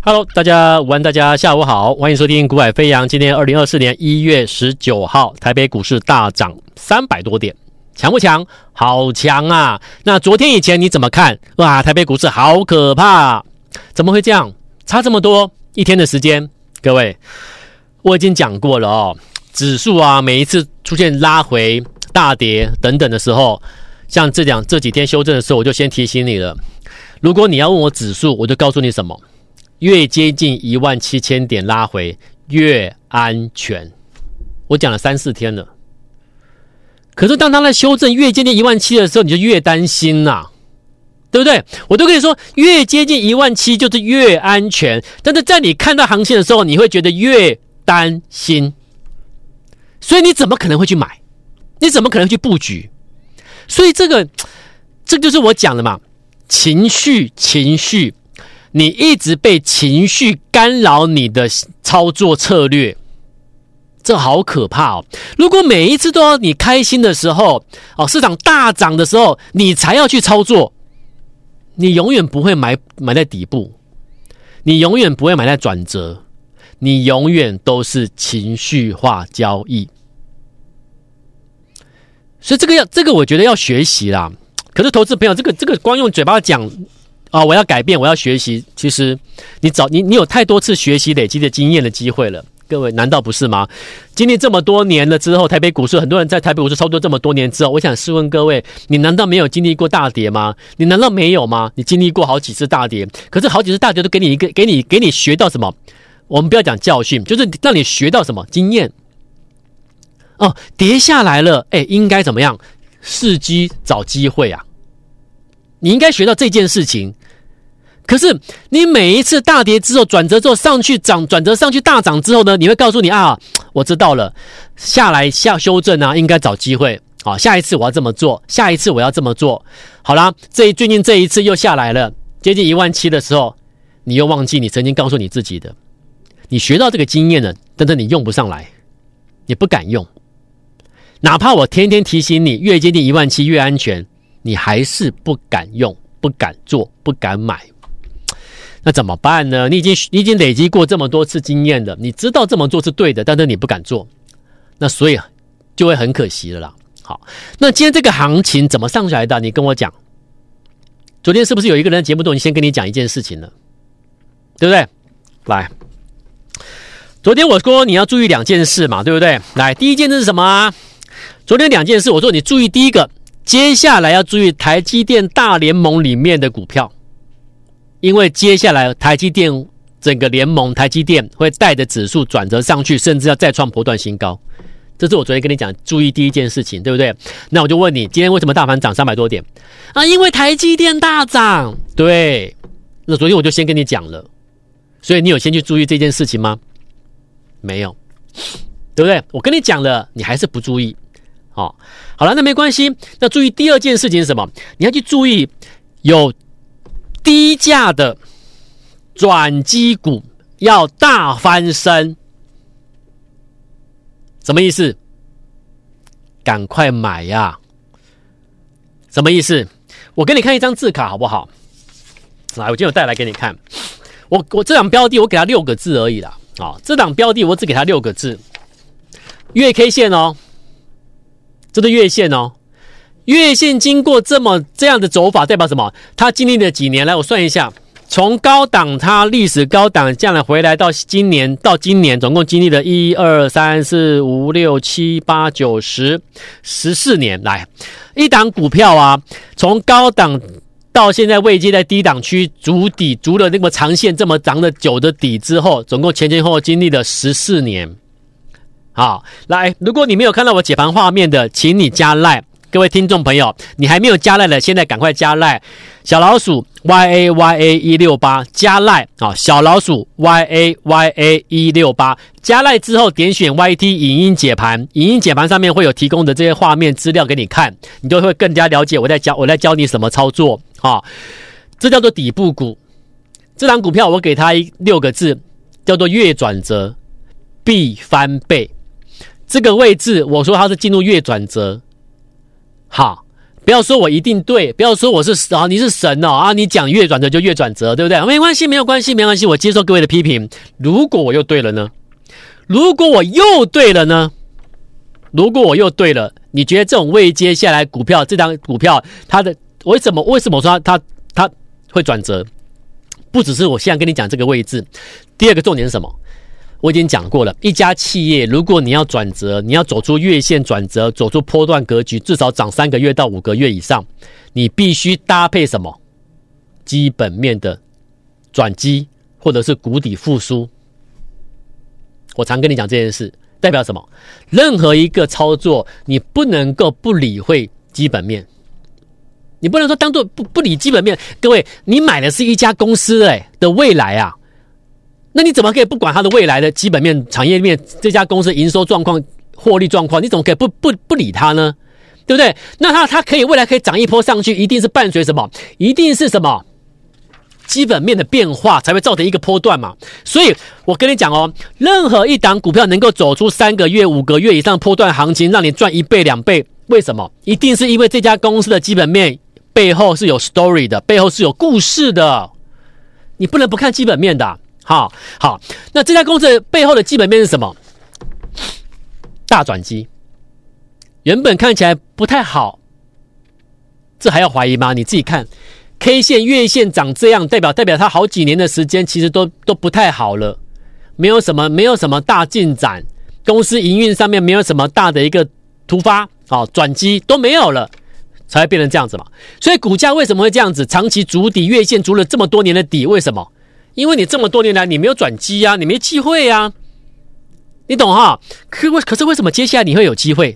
Hello， 大家午安，大家下午好，欢迎收听股海飞扬。今天2024年1月19号，台北股市大涨300多点，强不强？好强啊！那昨天以前你怎么看？哇，台北股市好可怕，怎么会这样？差这么多一天的时间，各位，我已经讲过了哦。指数啊，每一次出现拉回、大跌等等的时候，像这几天修正的时候，我就先提醒你了。如果你要问我指数，我就告诉你什么？越接近17000点拉回越安全，我讲了3-4天了。可是当它的修正越接近17000的时候，你就越担心啦，对不对？我都跟你说，越接近17000就是越安全，但是在你看到行情的时候，你会觉得越担心，所以你怎么可能会去买？你怎么可能去布局？所以这就是我讲的嘛，情绪。你一直被情绪干扰你的操作策略，这好可怕哦！如果每一次都要你开心的时候，市场大涨的时候，你才要去操作，你永远不会买在底部，你永远不会买在转折，你永远都是情绪化交易。所以这个我觉得要学习啦。可是投资朋友，这个光用嘴巴讲我要改变，我要学习。其实你有太多次学习累积的经验的机会了，各位难道不是吗？经历这么多年了之后，台北股市很多人在台北股市操作这么多年之后，我想试问各位，你难道没有经历过大跌吗？你难道没有吗？你经历过好几次大跌，可是好几次大跌都给你学到什么？我们不要讲教训，就是让你学到什么经验。跌下来了，应该怎么样？伺机找机会啊！你应该学到这件事情。可是你每一次大跌之后，转折之后上去涨，转折上去大涨之后呢，你会告诉你我知道了，下修正啊，应该找机会。下一次我要这么做，下一次我要这么做。好啦，最近这一次又下来了，接近17000的时候，你又忘记你曾经告诉你自己的，你学到这个经验了，但是你用不上来，你不敢用。哪怕我天天提醒你，越接近17000越安全，你还是不敢用，不敢做，不敢买。那怎么办呢？你已经累积过这么多次经验了，你知道这么做是对的，但是你不敢做，那所以就会很可惜了啦。好，那今天这个行情怎么上来的？你跟我讲。昨天是不是有一个人的节目都已经先跟你讲一件事情了，对不对？来，昨天我说你要注意2件事嘛，对不对？来，第一件事是什么啊？昨天2件事，我说你注意第一个，接下来要注意台积电大联盟里面的股票。因为接下来台积电整个联盟，台积电会带着指数转折上去，甚至要再创波段新高。这是我昨天跟你讲注意第一件事情，对不对？那我就问你，今天为什么大盘涨300多点因为台积电大涨。对，那昨天我就先跟你讲了，所以你有先去注意这件事情吗？没有，对不对？我跟你讲了，你还是不注意。好了，那没关系。那注意第二件事情是什么？你要去注意有低价的转机股要大翻身，什么意思？赶快买呀！什么意思？我给你看一张字卡好不好？来，我今天有带来给你看。我这档标的我给它6个字而已啦。这档标的我只给它6个字。月 K 线哦，这是月线哦。月线经过这样的走法代表什么？它经历了几年？来，我算一下，从高档它历史高档这样的回来到今年总共经历了1、2、3、4、5、6、7、8、9、10 14年。来，一档股票啊，从高档到现在位阶在低档区筑底，筑了那么长线这么长的久的底之后，总共前后经历了14年。好，来，如果你没有看到我解盘画面的，请你加 LINE。各位听众朋友，你还没有加 LINE 的，现在赶快加 LINE， 小老鼠 YAYA168 加 LINE 小老鼠 YAYA168 加 LINE 之后点选 YT 影音解盘，影音解盘上面会有提供的这些画面资料给你看，你就会更加了解我在教你什么操作这叫做底部股。这档股票我给它6个字，叫做月转折必翻倍。这个位置我说它是进入月转折。好， 不要说我一定对，不要说我是你是神你讲越转折就越转折，对不对？没关系，没有关系，没关系，我接受各位的批评。如果我又对了呢？如果我又对了呢？如果我又对了，你觉得这种位阶下来股票，这张股票它的为什么我说它会转折？不只是我现在跟你讲这个位置，第二个重点是什么？我已经讲过了，一家企业如果你要转折，你要走出月线转折，走出波段格局，至少涨3个月到5个月以上，你必须搭配什么？基本面的转机或者是谷底复苏。我常跟你讲这件事，代表什么？任何一个操作你不能够不理会基本面，你不能说当作不理基本面。各位，你买的是一家公司的未来啊，那你怎么可以不管它的未来的基本面、产业面，这家公司营收状况、获利状况，你怎么可以不理它呢？对不对？那它可以未来可以涨一波上去，一定是伴随什么？一定是什么？基本面的变化才会造成一个波段嘛。所以我跟你讲任何一档股票能够走出3个月、5个月以上波段行情，让你赚1倍、2倍，为什么？一定是因为这家公司的基本面背后是有 story 的，背后是有故事的，你不能不看基本面的。好，那这家公司背后的基本面是什么？大转机，原本看起来不太好，这还要怀疑吗？你自己看 K 线、月线长这样，代表它好几年的时间其实都不太好了，没有什么大进展，公司营运上面没有什么大的一个突发转机都没有了，才会变成这样子嘛。所以股价为什么会这样子？长期筑底，月线筑了这么多年的底，为什么？因为你这么多年来你没有转机啊，你没机会啊，你懂哈？可是为什么接下来你会有机会？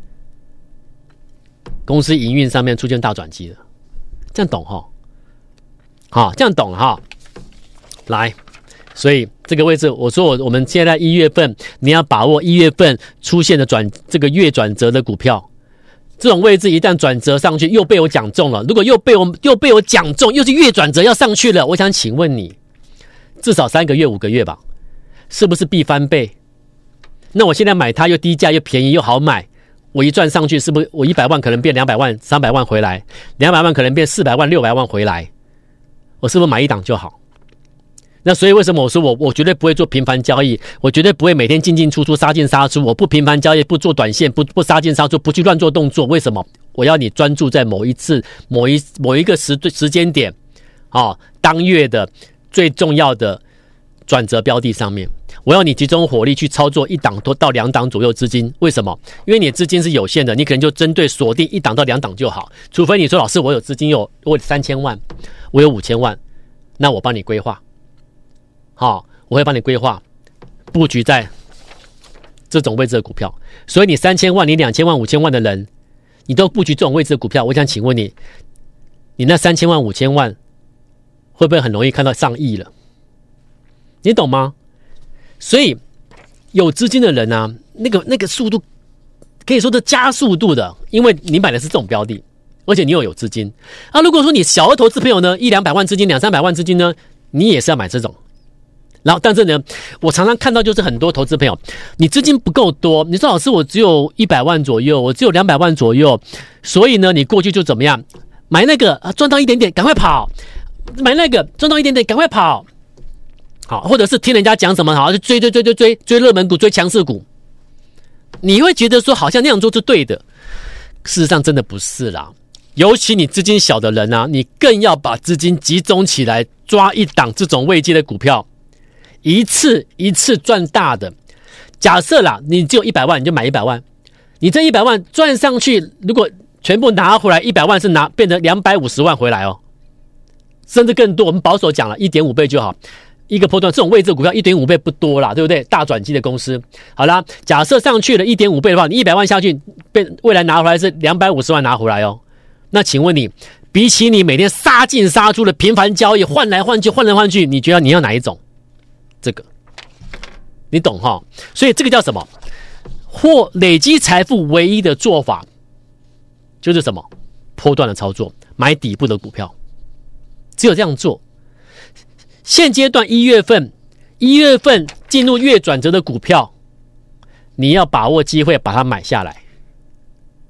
公司营运上面出现大转机了，这样懂哈？好，这样懂了哈。来，所以这个位置我说我们现在1月份，你要把握1月份出现的这个月转折的股票。这种位置一旦转折上去，又被我讲中了。如果又被我讲中，又是月转折要上去了，我想请问你，至少3个月、5个月吧，是不是必翻倍？那我现在买它又低价又便宜又好买，我一赚上去，是不是我100万可能变200万、300万回来，200万可能变400万、600万回来？我是不是买一档就好？那所以为什么我说我绝对不会做频繁交易，我绝对不会每天进进出出、杀进杀出，我不频繁交易，不做短线，不杀进杀出，不去乱做动作。为什么？我要你专注在某一次、某一个时间点，当月的最重要的转折标的上面，我要你集中火力去操作1档到2档左右资金。为什么？因为你的资金是有限的，你可能就针对锁定1档到2档就好。除非你说老师，我有资金我有3000万，我有5000万，那我帮你规划。我会帮你规划布局在这种位置的股票。所以你3000万、你2000万、5000万的人，你都布局这种位置的股票，我想请问你，你那3000万、5000万会不会很容易看到上亿了？你懂吗？所以有资金的人啊，那个速度可以说是加速度的，因为你买的是这种标的，而且你又有资金。如果说你小额投资朋友呢，100-200万资金、200-300万资金呢，你也是要买这种。然后，但是呢，我常常看到就是很多投资朋友，你资金不够多，你说老师我只有100万左右，我只有200万左右，所以呢，你过去就怎么样，买那个赚到一点点，赶快跑；买那个赚到一点点，赶快跑。好，或者是听人家讲什么，好就追热门股、追强势股，你会觉得说好像那样做是对的，事实上真的不是啦。尤其你资金小的人啊，你更要把资金集中起来，抓一档这种位阶的股票。一次赚大的。假设啦，你只有100万，你就买100万。你这100万赚上去，如果全部拿回来，100万是变成250万回来哦，甚至更多。我们保守讲了 1.5 倍就好。一个波段这种位置股票 1.5 倍不多啦，对不对？大转机的公司。好啦，假设上去了 1.5 倍的话，你100万下去，未来拿回来是250万拿回来哦。那请问你，比起你每天杀进杀出的频繁交易，换来换去，你觉得你要哪一种？这个你懂哈？所以这个叫什么？或累积财富唯一的做法就是什么？波段的操作，买底部的股票，只有这样做。现阶段1月份进入月转折的股票，你要把握机会把它买下来。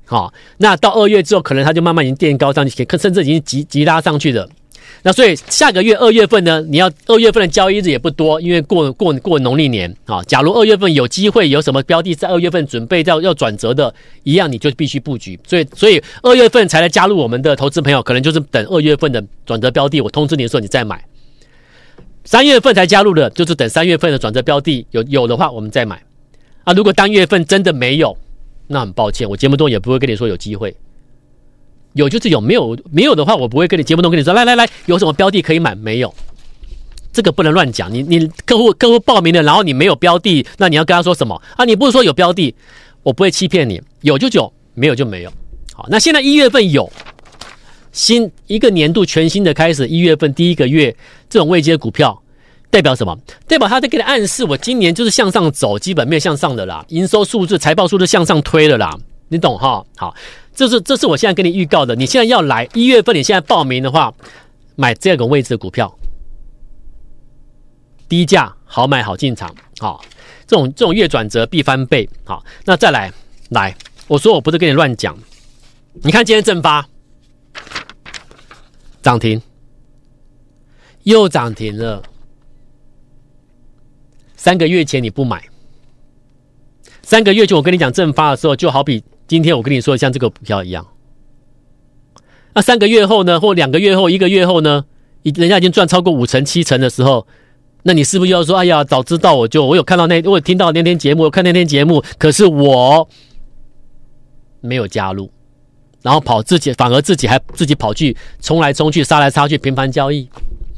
好，那到2月之后，可能它就慢慢已经垫高上去，甚至已经急拉上去了。那所以下个月2月份呢，你要2月份的交易日也不多，因为过农历年啊。假如2月份有机会有什么标的在2月份准备要转折的，一样你就必须布局。所以2月份才来加入我们的投资朋友，可能就是等2月份的转折标的，我通知你的时候你再买。3月份才加入的，就是等3月份的转折标的有的话，我们再买。啊，如果单月份真的没有，那很抱歉，我节目中也不会跟你说有机会。有就是有，没有的话，我不会跟你节目中跟你说，来，有什么标的可以买？没有，这个不能乱讲。你客户报名了，然后你没有标的，那你要跟他说什么啊？你不是说有标的，我不会欺骗你，有就有，没有就没有。好，那现在1月份有新一个年度全新的开始，1月份第一个月这种位阶股票。代表什么？代表他在给你暗示，我今年就是向上走，基本面向上的啦，营收数字、财报数字向上推了啦，你懂哈？好，这是我现在跟你预告的。你现在要来1月份，你现在报名的话，买这个位置的股票，低价好买好进场，好，这种月转折必翻倍，好，那再来，我说我不是跟你乱讲，你看今天正发涨停，又涨停了。3个月前你不买，3个月前我跟你讲正发的时候，就好比今天我跟你说的像这个股票一样。那3个月后呢，或2个月后、1个月后呢，人家已经赚超过5成、7成的时候，那你是不是要说，哎呀，早知道我有看到我有听到那天节目，我看那天节目，可是我没有加入，然后反而自己跑去冲来冲去、杀来杀去，频繁交易。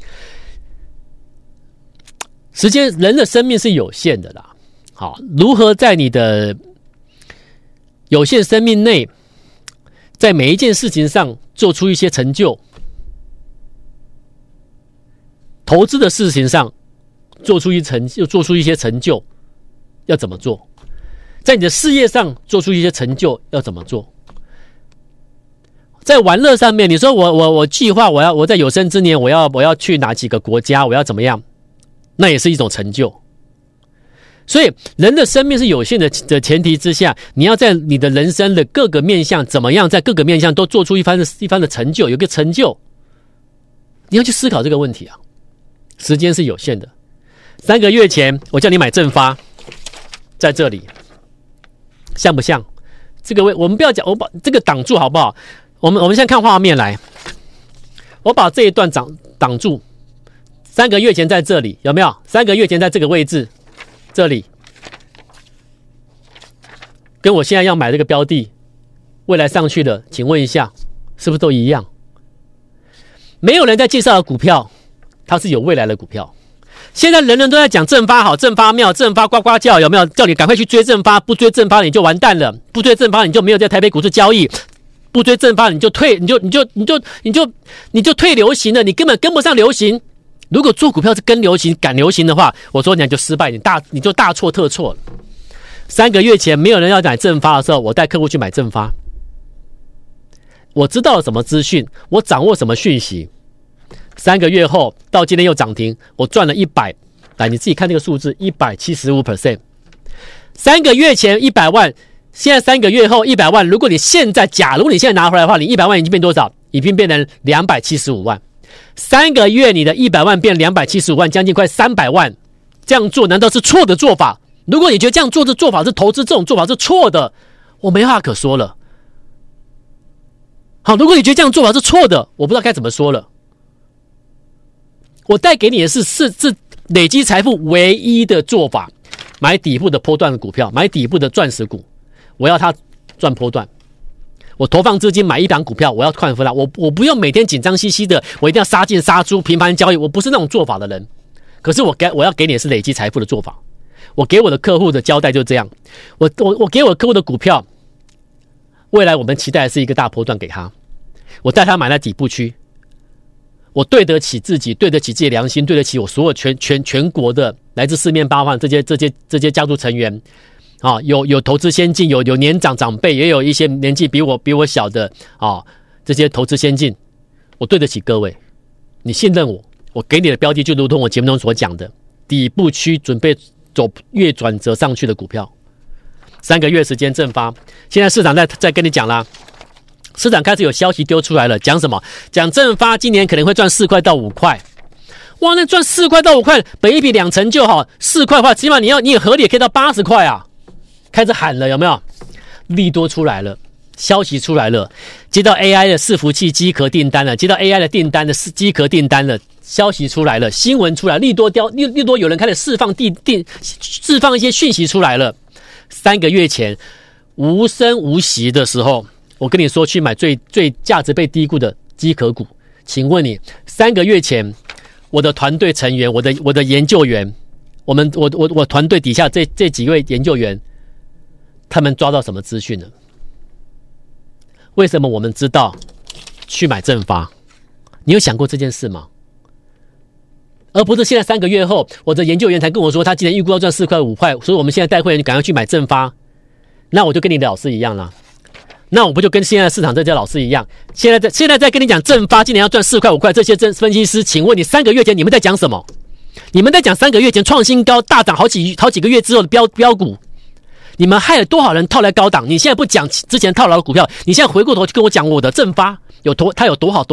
时间，人的生命是有限的啦。好，如何在你的有限生命内，在每一件事情上做出一些成就，投资的事情上做出一些成就，要怎么做？在你的事业上做出一些成就，要怎么做？在玩乐上面，你说我计划我在有生之年我要去哪几个国家，我要怎么样？那也是一种成就。所以人的生命是有限的前提之下，你要在你的人生的各个面向怎么样在各个面向都做出一番的成就，有个成就，你要去思考这个问题啊。时间是有限的。3个月前我叫你买正发，在这里像不像？这个我们不要讲，我把这个挡住好不好？我们现在看画面来，我把这一段挡住。3个月前在这里有没有？3个月前在这个位置，这里跟我现在要买这个标的，未来上去的，请问一下，是不是都一样？没有人在介绍的股票，它是有未来的股票。现在人人都在讲正发好、正发妙、正发呱呱叫，有没有？叫你赶快去追正发，不追正发你就完蛋了，不追正发你就没有在台北股市交易。不追正发你就退流行了，你根本跟不上流行。如果做股票是跟流行赶流行的话，我说你就失败，你就大错特错了。3个月前没有人要买正发的时候，我带客户去买正发，我知道了什么资讯，我掌握什么讯息。3个月后到今天又涨停，我赚了100，来你自己看这个数字 175%。3个月前100万，现在3个月后100万，如果你现在假如你现在拿回来的话，你100万已经变多少？已经变成275万。3个月你的100万变275万，将近快300万，这样做难道是错的做法？如果你觉得这样做的做法是投资，这种做法是错的，我没话可说了。好，如果你觉得这样做法是错的，我不知道该怎么说了。我带给你的是累积财富唯一的做法，买底部的波段的股票，买底部的钻石股，我要它赚波段。我投放资金买一档股票，我要看分啦，我不用每天紧张兮兮的，我一定要杀进杀出，频繁交易，我不是那种做法的人。可是我要给你的是累积财富的做法。我给我的客户的交代就这样，我给我客户的股票，未来我们期待的是一个大波段给他，我带他买在底部区，我对得起自己，对得起自己的良心，对得起我所有全国的来自四面八方这些家族成员。啊，有投资先进，有年长长辈，也有一些年纪比我小的啊，这些投资先进，我对得起各位，你信任我，我给你的标的就如同我节目中所讲的，底部区准备走月转折上去的股票， 3个月时间正发，现在市场在跟你讲啦，市场开始有消息丢出来了，讲什么？讲正发今年可能会赚4块到5块。哇，那赚4块到5块，本益比2成就好，4块的话，起码你也合理也可以到80块啊！开始喊了，有没有？利多出来了，消息出来了，接到 AI 的伺服器机壳订单了，接到 AI 的订单的机壳订单了，消息出来了，新闻出来，利多有人开始释放一些讯息出来了。3个月前无声无息的时候，我跟你说去买最价值被低估的机壳股，请问你3个月前？我的团队成员，我的研究员，我团队底下这几位研究员，他们抓到什么资讯了？为什么我们知道去买正发？你有想过这件事吗？而不是现在3个月后，我的研究员才跟我说，他今年预估要赚4块5块，所以我们现在带会员赶快去买正发。那我就跟你的老师一样了。那我不就跟现在市场这家老师一样，现在在跟你讲正发今年要赚4块5块，这些分析师，请问你3个月前你们在讲什么？你们在讲3个月前创新高大涨好几个月之后的标股，你们害了多少人套来高档？你现在不讲之前套牢的股票，你现在回过头去跟我讲我的正发它有多好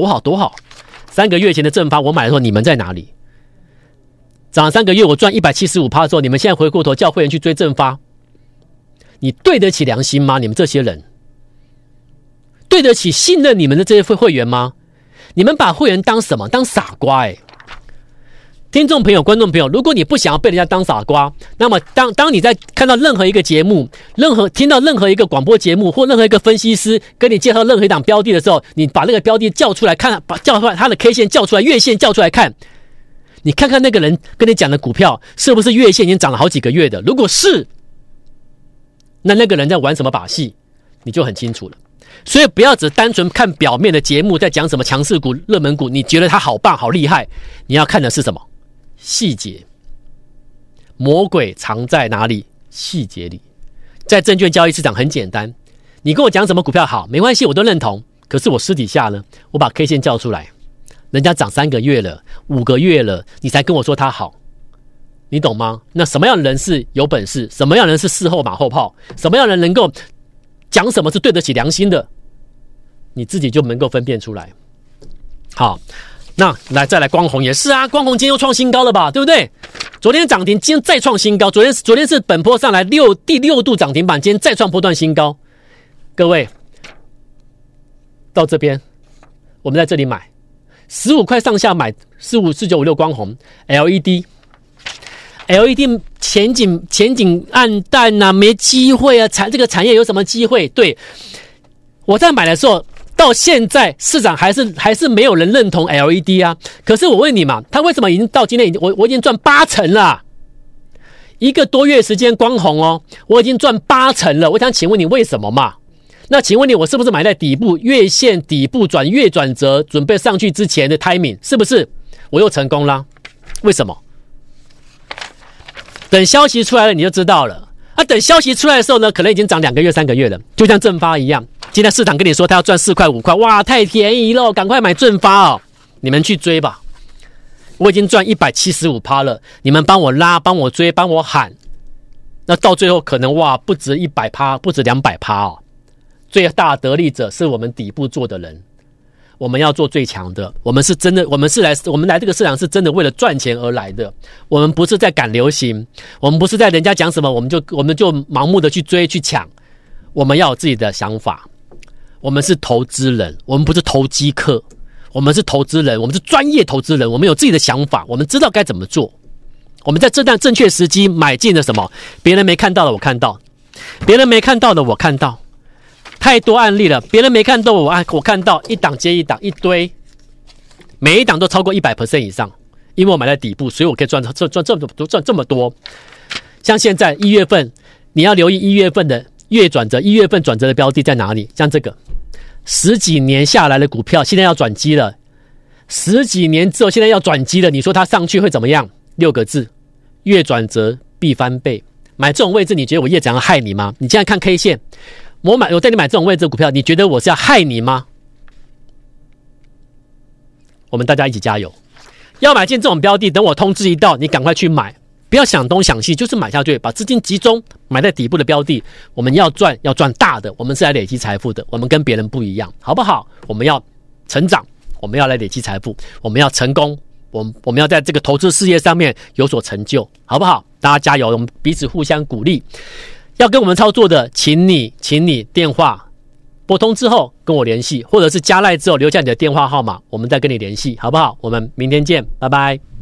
？3个月前的正发我买的时候你们在哪里？涨了3个月我赚175%的时候，你们现在回过头叫会员去追正发，你对得起良心吗？你们这些人对得起信任你们的这些会员吗？你们把会员当什么？当傻瓜听众朋友、观众朋友，如果你不想要被人家当傻瓜，那么当你在看到任何一个节目、听到任何一个广播节目或任何一个分析师跟你介绍任何一档标的的时候，你把那个标的叫出来看，叫出来他的 K 线叫出来，月线叫出来看，你看看那个人跟你讲的股票是不是月线已经涨了好几个月的？如果是，那个人在玩什么把戏，你就很清楚了。所以不要只单纯看表面的节目在讲什么强势股、热门股，你觉得它好棒好厉害，你要看的是什么？细节。魔鬼藏在哪里？细节里。在证券交易市场很简单，你跟我讲什么股票好，没关系，我都认同。可是我私底下呢，我把 K 线叫出来，人家涨3个月了、5个月了，你才跟我说它好，你懂吗？那什么样的人是有本事？什么样的人是事后马后炮？什么样的人能够讲什么是对得起良心的？你自己就能够分辨出来。好，那再来光弘也是啊，光弘今天又创新高了吧，对不对？昨天涨停，今天再创新高。昨天是本波上来第六度涨停板，今天再创波段新高。各位，到这边我们在这里买15块上下买454956光弘 LED 前景暗淡啊，没机会啊，这个产业有什么机会？对，我在买的时候，到现在市场还是没有人认同 LED 啊。可是我问你嘛，它为什么已经到今天我已经赚8成了？1个多月时间光弘我已经赚8成了。我想请问你为什么嘛？那请问你我是不是买在底部月线底部月转折准备上去之前的 timing？ 是不是我又成功了？为什么？等消息出来了你就知道了啊！等消息出来的时候呢，可能已经涨2个月3个月了，就像正发一样。今天市场跟你说他要赚4块5块，哇，太便宜了，赶快买正发你们去追吧。我已经赚175%了，你们帮我拉，帮我追，帮我喊，那到最后可能哇，不止100%，不止200%最大得利者是我们底部做的人。我们要做最强的，我们来这个市场是真的为了赚钱而来的，我们不是在赶流行，我们不是在人家讲什么我们就盲目的去追去抢，我们要有自己的想法。我们是投资人，我们不是投机客，我们是投资人，我们是专业投资人，我们有自己的想法，我们知道该怎么做。我们在这段正确时机买进了什么？别人没看到的我看到，别人没看到的我看到。太多案例了，别人没看到我看到，一档接一档，一堆，每一档都超过 100% 以上，因为我买在底部，所以我可以赚这么多。像现在1月份，你要留意1月份的月转折，1月份转折的标的在哪里？像这个10几年下来的股票，现在要转机了，10几年之后现在要转机了，你说它上去会怎么样？6个字，月转折必翻倍。买这种位置，你觉得我业长要害你吗？你现在看 K 线，我带你买这种位置的股票，你觉得我是要害你吗？我们大家一起加油，要买进这种标的，等我通知一到，你赶快去买， 不要想东想西，就是买下去，把资金集中买在底部的标的。我们要赚大的，我们是来累积财富的，我们跟别人不一样，好不好？我们要成长，我们要来累积财富，我们要成功，我们要在这个投资事业上面有所成就，好不好？大家加油，我们彼此互相鼓励。要跟我们操作的，请你电话拨通之后跟我联系，或者是加赖之后留下你的电话号码，我们再跟你联系，好不好？我们明天见，拜拜。